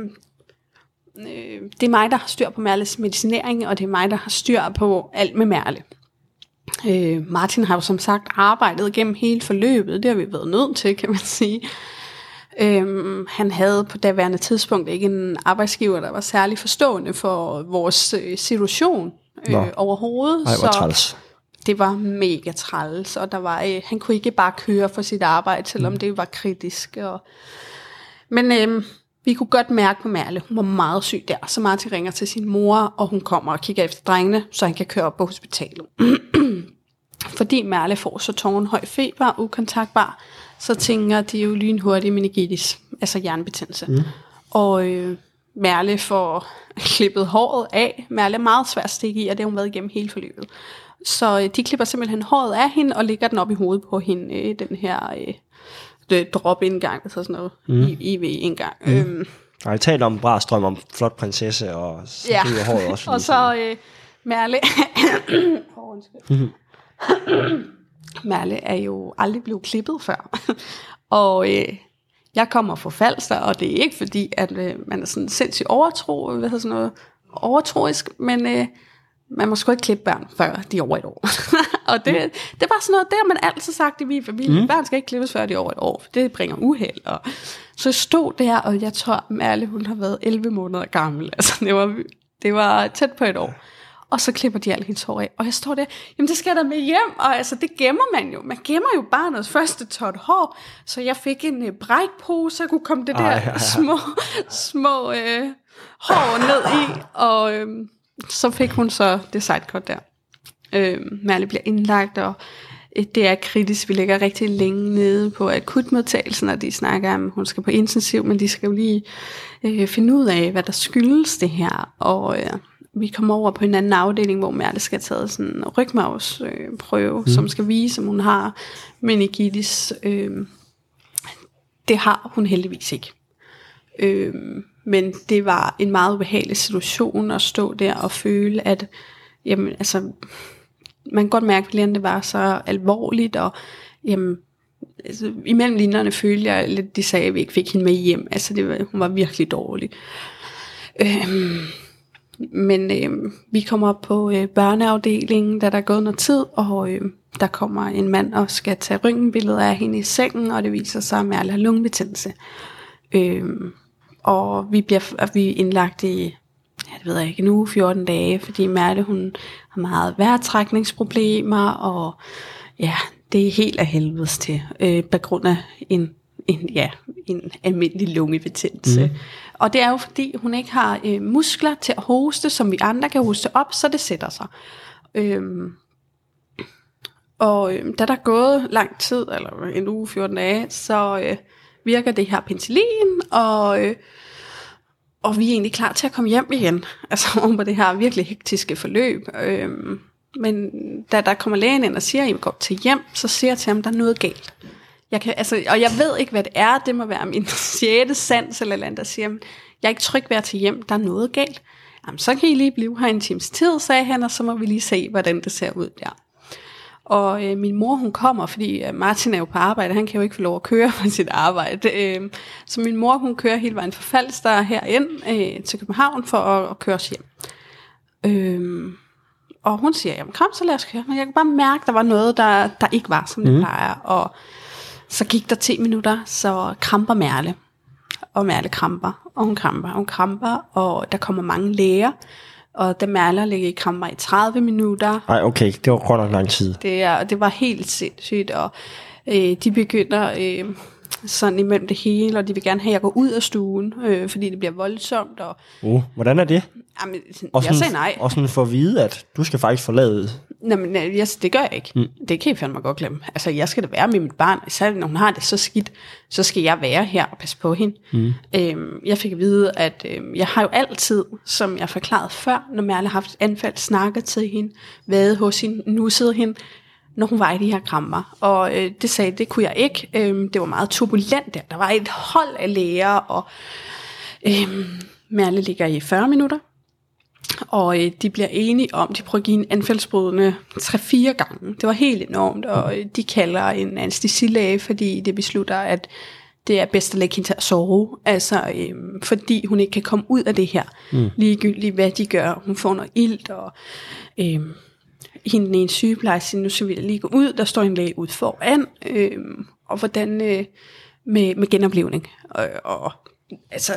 øh, det er mig, der har styr på Merles medicinering, og det er mig, der har styr på alt med Merle. Øh, Martin har jo som sagt arbejdet gennem hele forløbet, det har vi været nødt til, kan man sige. Øhm, han havde på daværende tidspunkt ikke en arbejdsgiver, der var særlig forstående for vores øh, situation øh, overhovedet. Ej, hvor træls. Det var mega træls, og der var, øh, han kunne ikke bare køre for sit arbejde, selvom mm. det var kritisk. Og... Men øh, vi kunne godt mærke på Merle, hun var meget syg der, så Martin ringer til sin mor, og hun kommer og kigger efter drengene, så han kan køre op på hospitalet. Fordi Merle får så tårnhøj feber, ukontaktbar, så tænker de jo lynhurtigt meningitis, altså hjernebetændelse. Mm. Og øh, Merle får klippet håret af. Merle er meget svært stik i, og det har hun været igennem hele forløbet. Så øh, de klipper simpelthen håret af hende, og lægger den op i hovedet på hende, øh, den her øh, drop-indgang, altså sådan noget, mm. I V-indgang. Mm. Øhm, og jeg taler om Brastrøm, om flot prinsesse, og så ja. håret også. Og så øh, Merle... oh, undskyld. Merle er jo aldrig blevet klippet før. og øh, jeg kommer fra Falster, og det er ikke fordi, at øh, man er sådan sindssygt overtro, hvad hedder sådan noget, overtroisk, men øh, man må sgu ikke klippe børn, før de er over et år. og det, det er bare sådan noget, det har man altid sagt i min familie. Mm. Børn skal ikke klippes, før de er over et år, for det bringer uheld. Og så jeg stod der, og jeg tror, Merle, hun har været elleve måneder gammel. Altså, det var, det var tæt på et år. Og så klipper de alle hendes hår af. Og jeg står der, jamen det skal der med hjem. Og altså, det gemmer man jo. Man gemmer jo barnets første tot hår. Så jeg fik en uh, brækpose, så jeg kunne komme det der Ej, ja, ja. små, små øh, hår ned i. Og øh, så fik hun så det sidecut der. Øh, Merle bliver indlagt, og øh, det er kritisk. Vi ligger rigtig længe nede på akutmodtagelsen, og de snakker om, hun skal på intensiv, men de skal jo lige øh, finde ud af, hvad der skyldes det her. Og... Øh, vi kommer over på en anden afdeling, hvor Merle skal have taget sådan en rygmarvsprøve, øh, mm. som skal vise, om hun har meningitis. Øh, det har hun heldigvis ikke. Øh, men det var en meget ubehagelig situation at stå der og føle, at jamen, altså, man kan godt mærke, at det var så alvorligt, og jamen, altså, imellem linjerne følte jeg lidt, de sagde, at vi ikke fik hende med hjem. Altså, det var, hun var virkelig dårlig. Øh, Men øh, vi kommer op på øh, børneafdelingen, da der er gået noget tid, og øh, der kommer en mand og skal tage røntgenbilleder af hende i sengen, og det viser sig, at Merle har lungebetændelse. Øh, og vi bliver vi er indlagt i, ja, det ved jeg ikke, en uge, fjorten dage, fordi Merle, hun har meget vejrtrækningsproblemer, og ja, det er helt af helvedes til, øh, på grund af en, en, ja, en almindelig lungebetændelse. Mm. Og det er jo fordi, hun ikke har øh, muskler til at hoste, som vi andre kan hoste op, så det sætter sig. Øhm, og øh, da der er gået lang tid, eller en uge, fjorten dage, så øh, virker det her penicillin, og, øh, og vi er egentlig klar til at komme hjem igen. Altså oven på det her virkelig hektiske forløb. Øhm, men da der kommer lægen ind og siger, at I går til hjem, så siger jeg til ham, at der er noget galt. Jeg kan, altså, og jeg ved ikke, hvad det er. Det må være min sjette sans eller andet, der siger, jeg er ikke tryg ved at tage hjem, der er noget galt. Jamen, så kan I lige blive her en times tid, sagde han, og så må vi lige se, hvordan det ser ud der. Og øh, min mor, hun kommer, fordi øh, Martin er jo på arbejde, han kan jo ikke få lov at køre på sit arbejde. Øh, så min mor, hun kører hele vejen fra Falster herind øh, til København for at, at køre os hjem. Øh, og hun siger, jamen kom, så lad os køre. Men jeg kunne bare mærke, der var noget, der, der ikke var, som det mm. plejer. Og så gik der ti minutter, så kramper Merle. Og Merle kramper, og hun kramper, og hun kramper, og der kommer mange læger. Og da Merle ligger i kramper i tredive minutter. Nej, okay, det var godt nok lang tid. Det, er, det var helt sindssygt, og øh, de begynder øh, sådan imellem det hele, og de vil gerne have, at jeg går ud af stuen, øh, fordi det bliver voldsomt. Og, uh, hvordan er det? Jamen, og sådan, jeg sagde nej. Og sådan for at vide, at du skal faktisk forlade. Nej, men yes, det gør jeg ikke. Mm. Det kan I fandme godt glemme. Altså, jeg skal da være med mit barn. Især når hun har det så skidt, så skal jeg være her og passe på hende. Mm. Øhm, jeg fik at vide, at øhm, jeg har jo altid, som jeg forklarede før, når Merle har haft anfald, snakket til hende, været hos hende, nusset hende, når hun var i de her kramper. Og øh, det sagde, det kunne jeg ikke. Øhm, det var meget turbulent der. Der var et hold af læger, og øhm, Merle ligger i fyrre minutter. Og øh, de bliver enige om, de prøver at give en anfaldsbrydende tre-fire gange. Det var helt enormt, og øh, de kalder en anestesilæge, fordi det beslutter, at det er bedst at lægge hende til at sove. Altså, øh, fordi hun ikke kan komme ud af det her. Mm. Ligegyldigt hvad de gør. Hun får noget ilt, og øh, hende den ene sygeplejerske, nu så vil jeg lige gå ud, der står en læge ud foran, øh, og hvordan øh, med, med genoplevning. Og, og altså,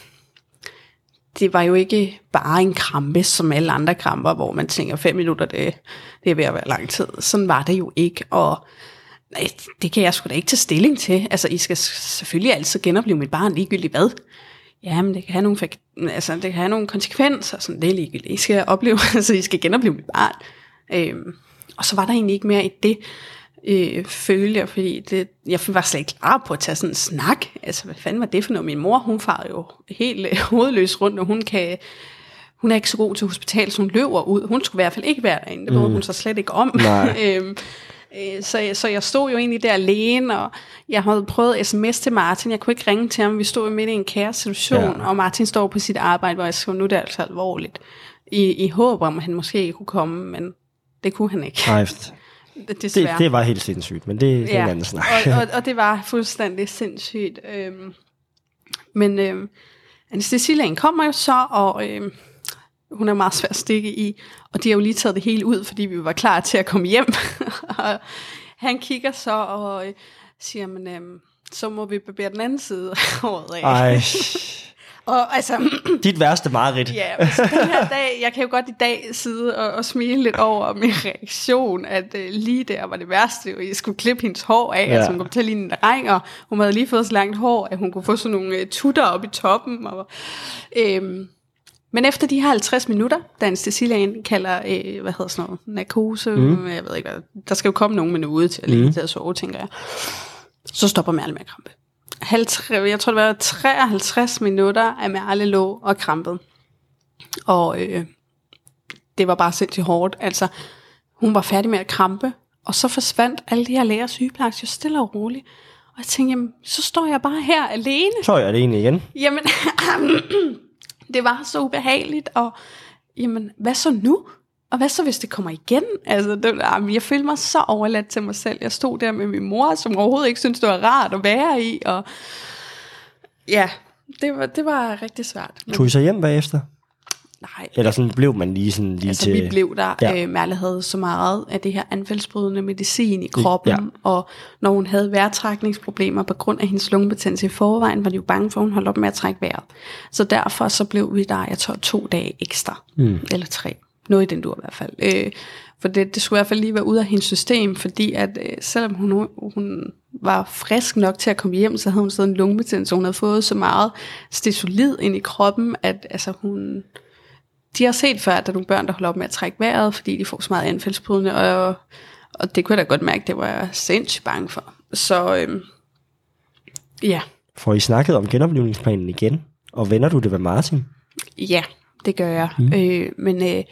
det var jo ikke bare en krampe, som alle andre kramper, hvor man tænker, fem minutter, det, det er ved at være lang tid. Sådan var det jo ikke, og nej, det kan jeg sgu da ikke tage stilling til. Altså, I skal selvfølgelig altid genopleve mit barn, ligegyldigt hvad. Jamen, det kan have nogle, altså, det kan have nogle konsekvenser, sådan det er ligegyldigt. I skal opleve, altså, I skal genopleve mit barn. Øhm, og så var der egentlig ikke mere i det, øh, følte jeg, fordi det, jeg var slet ikke klar på at tage sådan en snak. Altså, hvad fanden var det for noget? Min mor, hun farer jo helt øh, hovedløs rundt, og hun kan, hun er ikke så god til hospital, så hun løber ud. Hun skulle i hvert fald ikke være derinde, det var mm. hun så slet ikke om. øhm, øh, så, så jeg stod jo egentlig der alene, og jeg havde prøvet sms til Martin, jeg kunne ikke ringe til ham, vi stod jo midt i en kære situation, ja. Og Martin står på sit arbejde, hvor jeg skrev, nu er det altså alvorligt, i, i håb om, at han måske ikke kunne komme, men det kunne han ikke. Nej, det, det var helt sindssygt, men det, det er ja, en anden snak. og, og, og det var fuldstændig sindssygt. Øhm, men øhm, anestesilægen kommer jo så, og øhm, hun er meget svær at stikke i, og de har jo lige taget det hele ud, fordi vi var klar til at komme hjem. Og han kigger så og øh, siger, men øhm, så må vi barbere den anden side af håret af. Ej. Og altså, dit værste mareridt. Ja, altså, den her dag, jeg kan jo godt i dag sidde og, og smile lidt over min reaktion, at øh, lige der var det værste, og jeg skulle klippe hendes hår af, ja. Altså hun kom til at ligne en dreng, og hun havde lige fået så langt hår, at hun kunne få sådan nogle øh, tutter op i toppen. Og, øh, men efter de her halvtreds minutter, da anestesilægen kalder, øh, hvad hedder sådan noget, narkose, mm. jeg ved ikke hvad, der skal jo komme nogen med noget til at ligge mm. til at sove, tænker jeg, så stopper Merle med at krampe. Jeg tror, det var treoghalvtreds minutter, at Merle lå og krampede. Og øh, det var bare sindssygt hårdt. Altså, hun var færdig med at krampe, og så forsvandt alle de her læger og sygeplejersker stille og roligt. Og jeg tænkte, jamen, så står jeg bare her alene. Så er jeg alene igen. Jamen, det var så ubehageligt, og jamen, hvad så nu? Og hvad så, hvis det kommer igen? Altså, det, jeg følte mig så overladt til mig selv. Jeg stod der med min mor, som overhovedet ikke syntes, det var rart at være i. Og ja, det var, det var rigtig svært. Men tog I så hjem bagefter? Nej. Eller sådan blev man lige sådan lige altså, til... vi blev der. Ja. Øh, Merle havde så meget af det her anfaldsbrydende medicin i kroppen. Ja. Og når hun havde vejrtrækningsproblemer på grund af hendes lungebetændelse i forvejen, var de jo bange for, at hun holdt op med at trække vejret. Så derfor så blev vi der, jeg tror, to dage ekstra. Mm. Eller tre. Noget i den dur i hvert fald. Øh, for det, det skulle i hvert fald lige være ude af hendes system, fordi at øh, selvom hun, hun var frisk nok til at komme hjem, så havde hun sådan en lungebetændelse, hun havde fået så meget stesolid ind i kroppen, at altså hun... De har set før, at der er nogle børn, der holder op med at trække vejret, fordi de får så meget anfaldsbrydende, og, og det kunne jeg da godt mærke, det var jeg sindssygt bange for. Så øh, ja. Får I snakket om genoplivningsplanen igen? Og vender du det ved Martin? Ja, det gør jeg. Mm. Øh, men... Øh,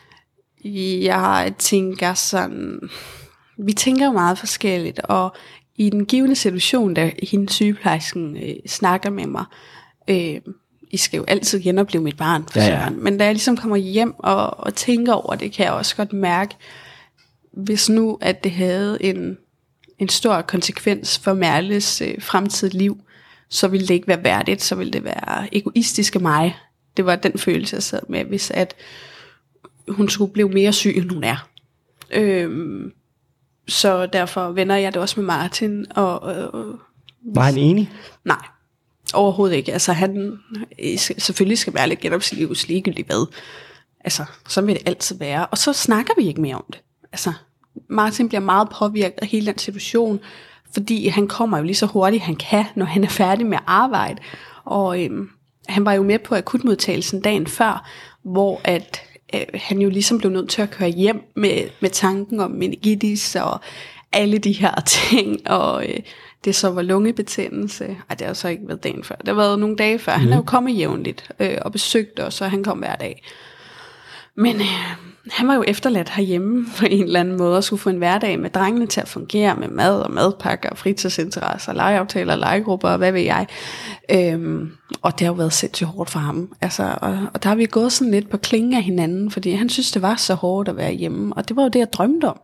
Jeg tænker sådan, vi tænker jo meget forskelligt, og i den givende situation, da hende sygeplejersken øh, snakker med mig, øh, I skal jo altid genopleve mit barn, for ja, ja. Men da jeg ligesom kommer hjem og, og tænker over det, kan jeg også godt mærke, hvis nu at det havde en, en stor konsekvens for Merles øh, fremtidige liv, så ville det ikke være værdigt, så ville det være egoistisk af mig. Det var den følelse, jeg sad med, hvis at hun skulle blive mere syg, end hun er. Øhm, så derfor vender jeg det også med Martin. Og, og, var han enig? Nej, overhovedet ikke. Altså han, selvfølgelig skal være lidt genopslivs ligegyldigt hvad. Altså, så vil det altid være. Og så snakker vi ikke mere om det. Altså, Martin bliver meget påvirket af hele den situation, fordi han kommer jo lige så hurtigt, han kan, når han er færdig med at arbejde. Og øhm, han var jo med på akutmodtagelsen dagen før, hvor at han jo ligesom blev nødt til at køre hjem med, med tanken om meningitis og alle de her ting, og øh, det så var lungebetændelse. Ej, det har så ikke været dagen før. Det har været nogle dage før. Mm. Han er jo kommet jævnligt øh, og besøgt os, og han kom hver dag. Men øh, han var jo efterladt herhjemme på en eller anden måde, og skulle få en hverdag med drengene til at fungere med mad og madpakker, fritidsinteresser, legeaftaler, legegrupper og hvad ved jeg. Øhm, og det har jo været sindssygt hårdt for ham. Altså, og, og der har vi gået sådan lidt på klingen af hinanden, fordi han synes, det var så hårdt at være hjemme. Og det var jo det, jeg drømte om.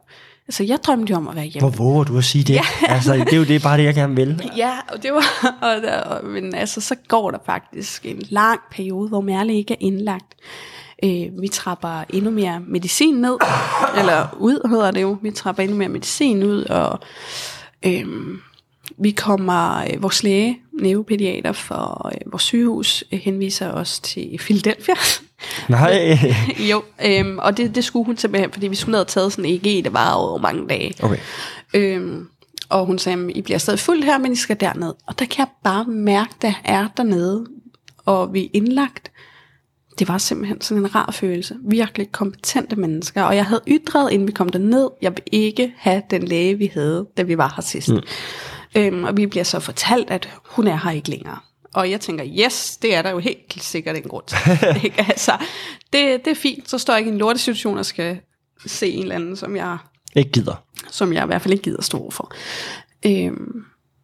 Altså, jeg drømte jo om at være hjemme. Hvor våger du at sige det? Ja. Altså, det er jo det, bare det, jeg gerne vil. Ja, og det var... Og der, og, men altså, så går der faktisk en lang periode, hvor Merle ikke er indlagt. Øh, vi trapper endnu mere medicin ned. Eller ud, hedder det jo. Vi trapper endnu mere medicin ud, og... Øh, vi kommer... Øh, vores læge, neuropædiater for øh, vores sygehus, øh, henviser os til Philadelphia. Nej. Jo, øhm, og det, det skulle hun simpelthen, fordi vi skulle have taget sådan en E G, det var over mange dage. Okay. Øhm, og hun sagde, I bliver stadig fuldt her, men I skal derned. Og der kan jeg bare mærke, der er dernede, og vi er indlagt. Det var simpelthen sådan en rar følelse. Virkelig kompetente mennesker. Og jeg havde ytret, inden vi kom derned, jeg vil ikke have den læge, vi havde, da vi var her sidst. Mm. Øhm, og vi bliver så fortalt, at hun er her ikke længere. Og jeg tænker, yes, det er der jo helt sikkert en grund til. altså, det, det er fint. Så står jeg ikke i en lortesituation og skal se en eller anden, som jeg... Ikke gider. Som jeg i hvert fald ikke gider stå for. Øhm,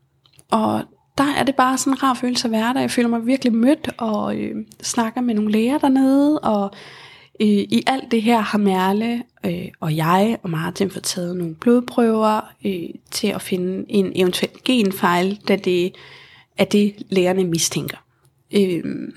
og der er det bare sådan en rar følelse at være der. Jeg føler mig virkelig mødt og øh, snakker med nogle læger dernede. Og øh, i alt det her har Merle øh, og jeg og Martin fået taget nogle blodprøver øh, til at finde en eventuel genfejl, da det... af det lægerne mistænker. Øhm,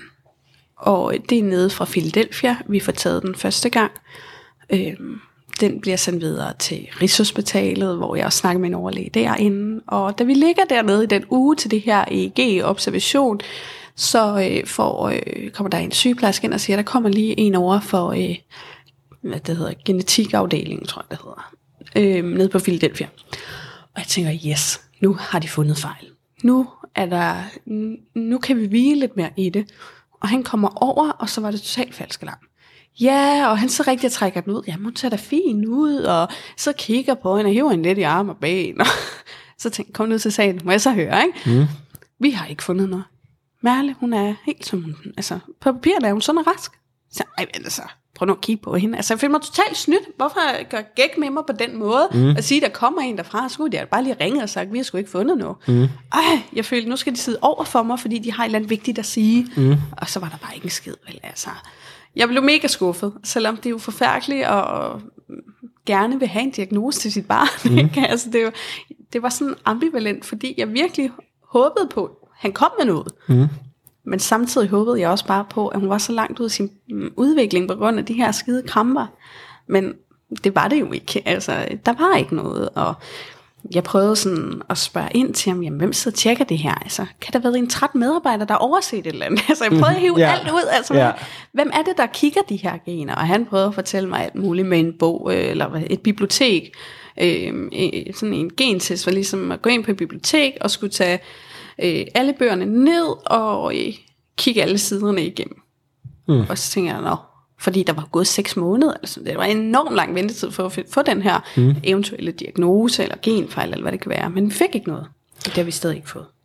og det er nede fra Philadelphia. Vi får taget den første gang. Øhm, den bliver sendt videre til Rigshospitalet, hvor jeg snakker med en overlæge derinde. Og da vi ligger dernede i den uge til det her E E G-observation, så øh, får, øh, kommer der en sygeplejerske ind og siger, at der kommer lige en over for øh, hvad det hedder, genetikafdelingen, tror jeg det hedder, øh, nede på Philadelphia. Og jeg tænker, yes, nu har de fundet fejl. Nu er der, nu kan vi hvile lidt mere i det. Og han kommer over, og så var det totalt falsk alarm. Ja, og han så rigtig trækker den ud. Jamen, hun ser da fin ud, og så kigger på hende og hiver hende lidt i arm og ben. Og så tænker kom ned til sagen, må jeg så høre, ikke? Mm. Vi har ikke fundet noget. Merle, hun er helt som hun, altså på papiret er hun sådan og rask. Så, ej, men altså, prøv nu at kigge på hende. Altså, jeg føler mig totalt snydt. Hvorfor gør gæk med mig på den måde? Mm. At sige, der kommer en derfra, så skulle de bare lige ringe og sagt, vi har sgu ikke fundet noget. Mm. Ej, jeg følte, nu skal de sidde over for mig, fordi de har et eller andet vigtigt at sige. Mm. Og så var der bare ikke en skid, vel, altså. Jeg blev mega skuffet, selvom det er jo forfærdeligt, og gerne vil have en diagnose til sit barn. Mm. Ikke? Altså, det, var, det var sådan ambivalent, fordi jeg virkelig håbede på, at han kom med noget. Mm. Men samtidig håbede jeg også bare på, at hun var så langt ud i sin udvikling på grund af de her skide kramper. Men det var det jo ikke. Altså, der var ikke noget. Og jeg prøvede sådan at spørge ind til ham, jamen, hvem sidder og tjekker det her? Altså, kan der være en træt medarbejder, der har overset et eller andet? Altså, jeg prøvede at hive yeah. alt ud. Altså, yeah. hvem er det, der kigger de her gener? Og han prøvede at fortælle mig alt muligt med en bog, eller et bibliotek. Øh, sådan en gentest var ligesom at gå ind på et bibliotek og skulle tage øh, alle bøgerne ned og øh, kigge alle siderne igennem. Mm. Og så tænker jeg, nå, fordi der var gået seks måneder, altså det var en enormt lang ventetid for at få den her mm. eventuelle diagnose eller genfejl, eller hvad det kan være. Men vi fik ikke noget. Det har vi stadig ikke fået.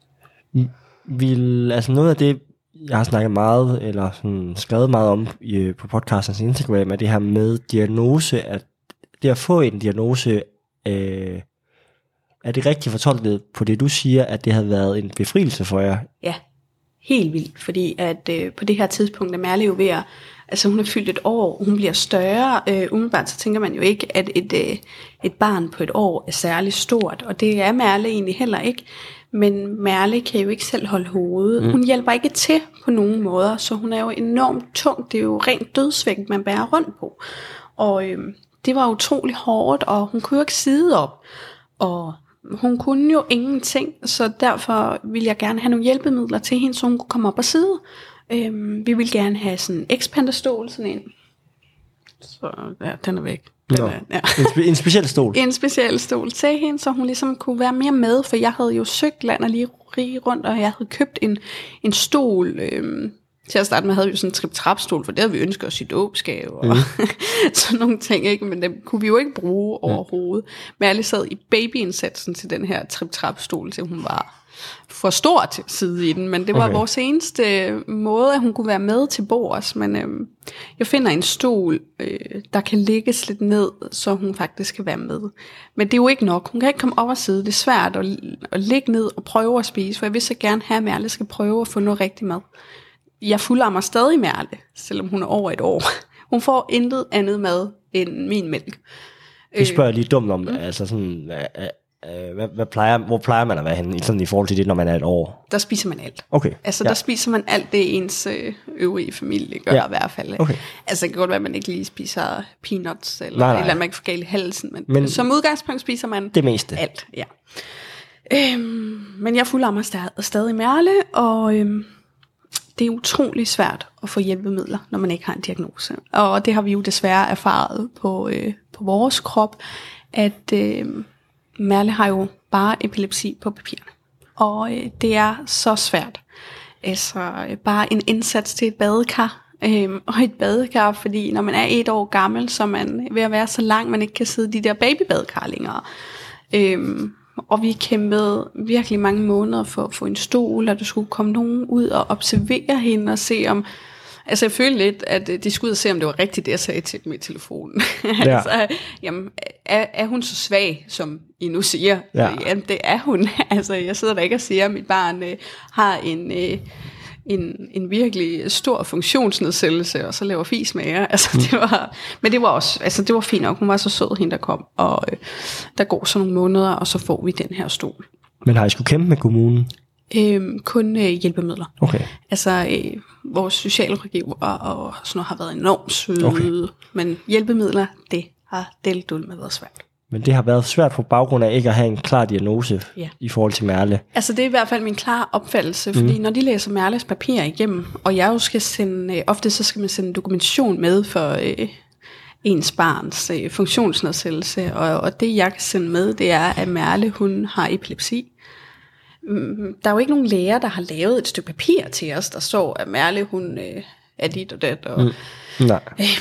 Vil, altså noget af det, jeg har snakket meget, eller sådan skrevet meget om i, på podcastens Instagram, er det her med diagnose, at det at få en diagnose, øh, er det rigtigt fortolket på det, du siger, at det havde været en befrielse for jer? Ja, helt vildt, fordi at øh, på det her tidspunkt er Merle jo ved at, altså hun er fyldt et år, hun bliver større, øh, umiddelbart så tænker man jo ikke, at et, øh, et barn på et år er særlig stort, og det er Merle egentlig heller ikke, men Merle kan jo ikke selv holde hovedet, mm. hun hjælper ikke til på nogen måder, så hun er jo enormt tung, det er jo rent dødsvægt, man bærer rundt på, og øh, det var utrolig hårdt, og hun kunne jo ikke sidde op, og hun kunne jo ingenting, så derfor ville jeg gerne have nogle hjælpemidler til hende, så hun kunne komme op og sidde. Øhm, vi ville gerne have sådan en expanderstol, sådan en. Så ja, den er væk. Den Nå, er, ja. en, spe, en speciel stol. En speciel stol til hende, så hun ligesom kunne være mere med, for jeg havde jo søgt land og lige rige rundt, og jeg havde købt en, en stol. Øhm, til at starte med havde vi jo sådan en trip-trap-stol, for det havde vi ønsket os i dåbsgave og mm. sådan nogle ting, ikke? Men dem kunne vi jo ikke bruge mm. overhovedet. Men jeg lige sad i babyindsatsen til den her trip-trap-stol, til hun var for stor til at sidde i den, men det var okay. Vores eneste måde, at hun kunne være med til bords. Men øhm, jeg finder en stol, øh, der kan lægges lidt ned, så hun faktisk kan være med. Men det er jo ikke nok. Hun kan ikke komme op og sidde. Det er svært at, at ligge ned og prøve at spise, for jeg vil så gerne have, at Merle skal prøve at få noget rigtig mad. Jeg fuldarmer stadig Merle, selvom hun er over et år. Hun får intet andet mad end min mælk. Det spørger jeg lige dumt om, mm. altså sådan, øh, øh, hvad, hvad plejer, hvor plejer man at være henne, sådan i forhold til det, når man er et år? Der spiser man alt. Okay. Altså, ja. der spiser man alt det, ens øh, øvrige familie gør ja. i hvert fald. Okay. Altså, det kan godt være, at man ikke lige spiser peanuts, eller nej, nej. et eller andet, man ikke får galt i halsen, men, men som udgangspunkt spiser man det meste. Alt, ja. Øhm, men jeg fuldammer stadig, stadig Merle, og øhm, det er utrolig svært at få hjælpemidler, når man ikke har en diagnose. Og det har vi jo desværre erfaret på, øh, på vores krop, at øh, Merle har jo bare epilepsi på papirerne. Og øh, det er så svært. Altså øh, bare en indsats til et badekar, øh, og et badekar, fordi når man er et år gammel, så er man ved at være så lang, man ikke kan sidde i de der babybadekar længere. Øh, Og vi kæmpede virkelig mange måneder for at få en stol, og der skulle komme nogen ud og observere hende og se om... Altså jeg følte lidt, at de skulle ud og se, om det var rigtigt, det jeg sagde til dem i telefonen. Ja. altså, jamen, er, er hun så svag, som I nu siger? Ja. Jamen det er hun. Altså jeg sidder der ikke og siger, at mit barn øh, har en... Øh, En, en virkelig stor funktionsnedsættelse, og så laver fis med jer. Altså, det var, men det var også, altså det var fint nok. Hun var så sød, hende der kom, og øh, der går så nogle måneder, og så får vi den her stol. Men har I skulle kæmpe med kommunen? Øhm, kun øh, hjælpemidler. Okay. Altså øh, vores socialrådgiver og sådan noget har været enormt søde, okay. Men hjælpemidler, det har delt ud med været svært. Men det har været svært på baggrund af ikke at have en klar diagnose ja. i forhold til Merle. Altså det er i hvert fald min klare opfattelse, fordi mm. når de læser Merles papirer igennem, og jeg jo skal sende, ofte så skal man sende dokumentation med for øh, ens barns øh, funktionsnedsættelse, og, og det jeg kan sende med, det er, at Merle hun har epilepsi. Der er jo ikke nogen læger, der har lavet et stykke papir til os, der står, at Merle hun øh, er dit og det. Og, mm. Nej. Øh,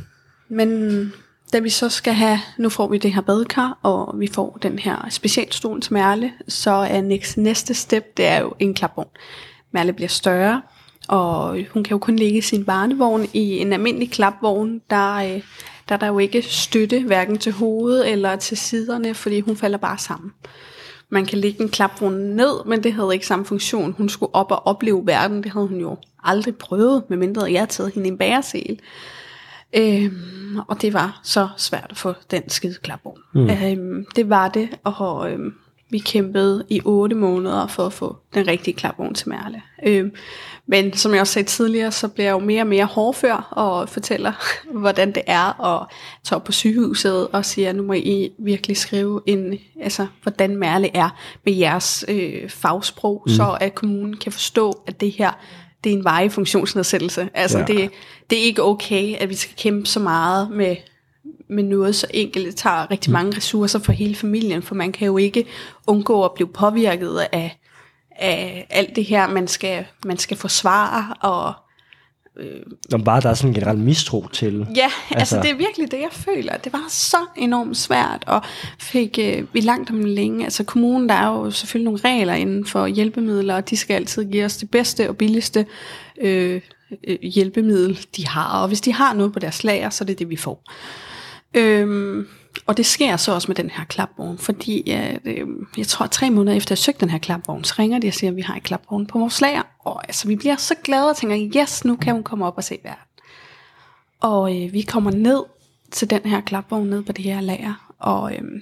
men... Da vi så skal have, nu får vi det her badekar, og vi får den her specialstol til Merle, så er næste, næste step, det er jo en klapvogn. Merle bliver større, og hun kan jo kun ligge i sin barnevogn. I en almindelig klapvogn, der, der er der jo ikke støtte, hverken til hovedet eller til siderne, fordi hun falder bare sammen. Man kan lægge en klapvogn ned, men det havde ikke samme funktion. Hun skulle op og opleve verden, det havde hun jo aldrig prøvet, medmindre jeg havde taget hende i en bæresel. Øhm, og det var så svært at få den skide klapvogn. Mm. Øhm, det var det, og øhm, vi kæmpede i otte måneder for at få den rigtige klapvogn til Merle. Øhm, men som jeg også sagde tidligere, så bliver jeg jo mere og mere hårdfør og fortæller, hvordan det er at tage op på sygehuset og siger, nu må I virkelig skrive en, altså, hvordan Merle er med jeres øh, fagsprog, mm. så at kommunen kan forstå, at det her det er en varig funktionsnedsættelse. Altså ja. det, det er ikke okay, at vi skal kæmpe så meget med, med noget så enkelt. Det tager rigtig mange ressourcer for hele familien, for man kan jo ikke undgå at blive påvirket af, af alt det her, man skal, man skal forsvare. Og, øh, og bare der er sådan en generel mistro til. Ja, altså, altså det er virkelig det, jeg føler. Det var så enormt svært, og fik øh, vi langt om længe. Altså kommunen, der er jo selvfølgelig nogle regler inden for hjælpemidler, og de skal altid give os det bedste og billigste øh, hjælpemiddel, de har. Og hvis de har noget på deres lager, så er det det, vi får. Øhm, og det sker så også med den her klapvogn, fordi øh, øh, jeg tror, at tre måneder efter jeg søgte den her klapvogn, så ringer de og siger, at vi har en klapvogn på vores lager. Og altså, vi bliver så glade og tænker, yes, nu kan hun komme op og se verden. Og øh, vi kommer ned til den her klapvogn ned på det her lager, og øh,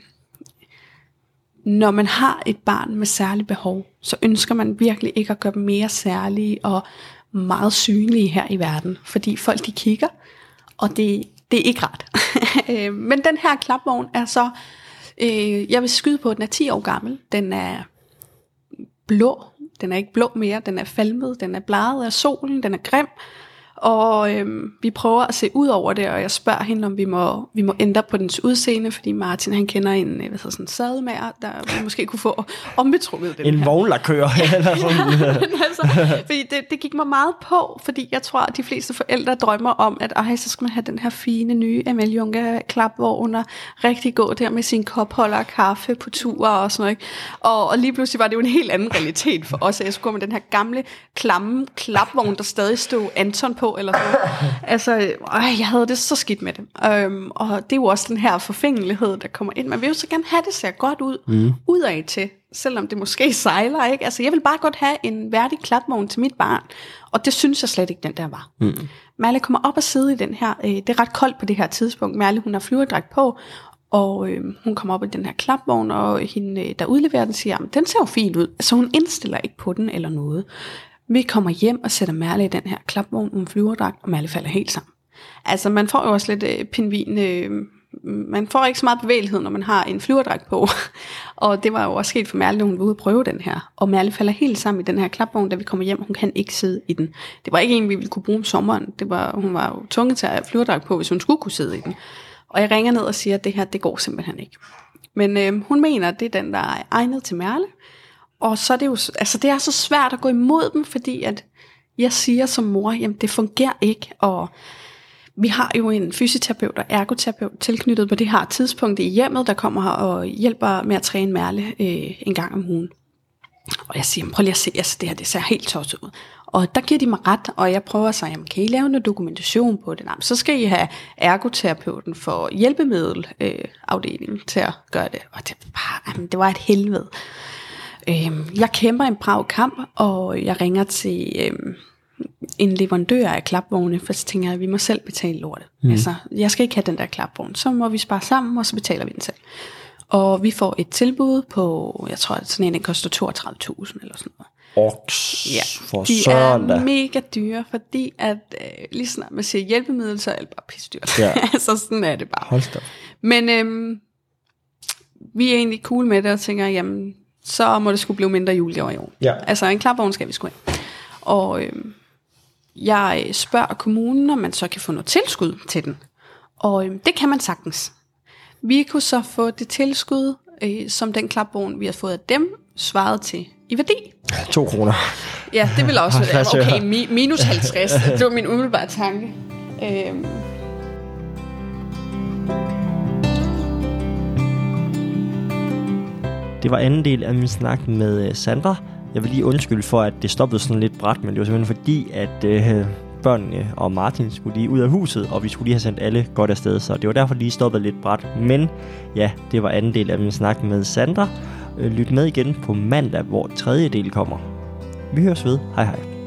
når man har et barn med særlige behov, så ønsker man virkelig ikke at gøre dem mere særlige og meget synlige her i verden, fordi folk de kigger, og det, det er ikke ret. Men den her klapvogn er så, øh, jeg vil skyde på, at den er ti år gammel, den er blå, den er ikke blå mere, den er falmet, den er bladet af solen, den er grim, og øhm, vi prøver at se ud over det, og jeg spørger hende, om vi må, vi må ændre på dens udseende, fordi Martin, han kender en, hvad hedder sådan, sademager, der vi måske kunne få ombetrukket den en her. vognlakør, eller sådan. altså, fordi det, det gik mig meget på, fordi jeg tror, at de fleste forældre drømmer om, at ej, så skal man have den her fine, nye Emil Junge klapvogn, og rigtig gå der med sin kopholder og kaffe på tur og sådan noget, ikke? Og, og lige pludselig var det jo en helt anden realitet for os, at jeg skulle gå med den her gamle, klamme klapvogn, der stadig stod Anton på, eller sådan. Altså, øh, jeg havde det så skidt med det. Øhm, og det er jo også den her forfængelighed, der kommer ind. Man vil jo så gerne have det ser godt ud, mm. udad til, selvom det måske sejler, ikke? Altså, jeg vil bare godt have en værdig klapvogn til mit barn, og det synes jeg slet ikke, den der var. Mm. Merle kommer op og sidde i den her, øh, det er ret koldt på det her tidspunkt. Merle, hun har flyverdragt på, Og øh, hun kommer op i den her klapvogn, og hende, der udleverer den, siger, den ser jo fint ud. Så hun indstiller ikke på den eller noget. Vi kommer hjem og sætter Merle i den her klapvogn, hun flyverdragt, og Merle falder helt sammen. Altså man får jo også lidt øh, pingvin, øh, man får ikke så meget bevægelighed, når man har en flyverdragt på. Og det var jo også sket for Merle, da hun var ude at prøve den her. Og Merle falder helt sammen i den her klapvogn, da vi kommer hjem. Hun kan ikke sidde i den. Det var ikke en, vi ville kunne bruge om sommeren. Det var, hun var jo tvunget til at have flyverdragt på, hvis hun skulle kunne sidde i den. Og jeg ringer ned og siger, at det her, det går simpelthen ikke. Men øh, hun mener, at det er den, der er egnet til Merle. Og så er det jo, altså det er så svært at gå imod dem, fordi at jeg siger som mor, jamen det fungerer ikke, og vi har jo en fysioterapeut og ergoterapeut tilknyttet på det her tidspunkt i hjemmet, der kommer her og hjælper med at træne Merle øh, en gang om ugen. Og jeg siger, prøv lige at se, altså det her, det ser helt tosset ud. Og der giver de mig ret, og jeg prøver at sige, jamen kan I lave noget dokumentation på det? Nej, så skal I have ergoterapeuten for hjælpemiddelafdelingen øh, til at gøre det. Og det, bare, jamen, det var et helvede. Øh, jeg kæmper en brav kamp, og jeg ringer til øh, en leverandør af klapvogne, for så tænker jeg, at vi må selv betale lortet. Mm. Altså, jeg skal ikke have den der klapvogn. Så må vi spare sammen, og så betaler vi den selv. Og vi får et tilbud på, jeg tror, at sådan en, den koster toogtredive tusind eller sådan noget. Oks, ja, for de søren da. er mega dyre, fordi at øh, lige snart man siger hjælpemiddel, så er det bare pisdyrt. Ja. Altså sådan er det bare. Hold da. Men øhm, vi er egentlig cool med det, og tænker, jamen, så må det skulle blive mindre jul i år i år. Ja. Altså en klapvogn skal vi sgu have. Og øhm, jeg spørger kommunen, om man så kan få noget tilskud til den. Og øhm, det kan man sagtens. Vi kunne så få det tilskud, øh, som den klapvogn, vi har fået af dem, svaret til i værdi. To kroner. Ja, det vil også være, okay, mi- minus halvtreds. Det var min umiddelbare tanke. Øhm. Det var anden del af min snak med Sandra. Jeg vil lige undskylde for, at det stoppede sådan lidt brat, men det var simpelthen fordi, at øh, børnene og Martin skulle lige ud af huset, og vi skulle lige have sendt alle godt afsted, så det var derfor lige stoppet lidt brat. Men ja, det var anden del af min snak med Sandra. Lyt med igen på mandag, hvor tredje del kommer. Vi høres ved. Hej hej.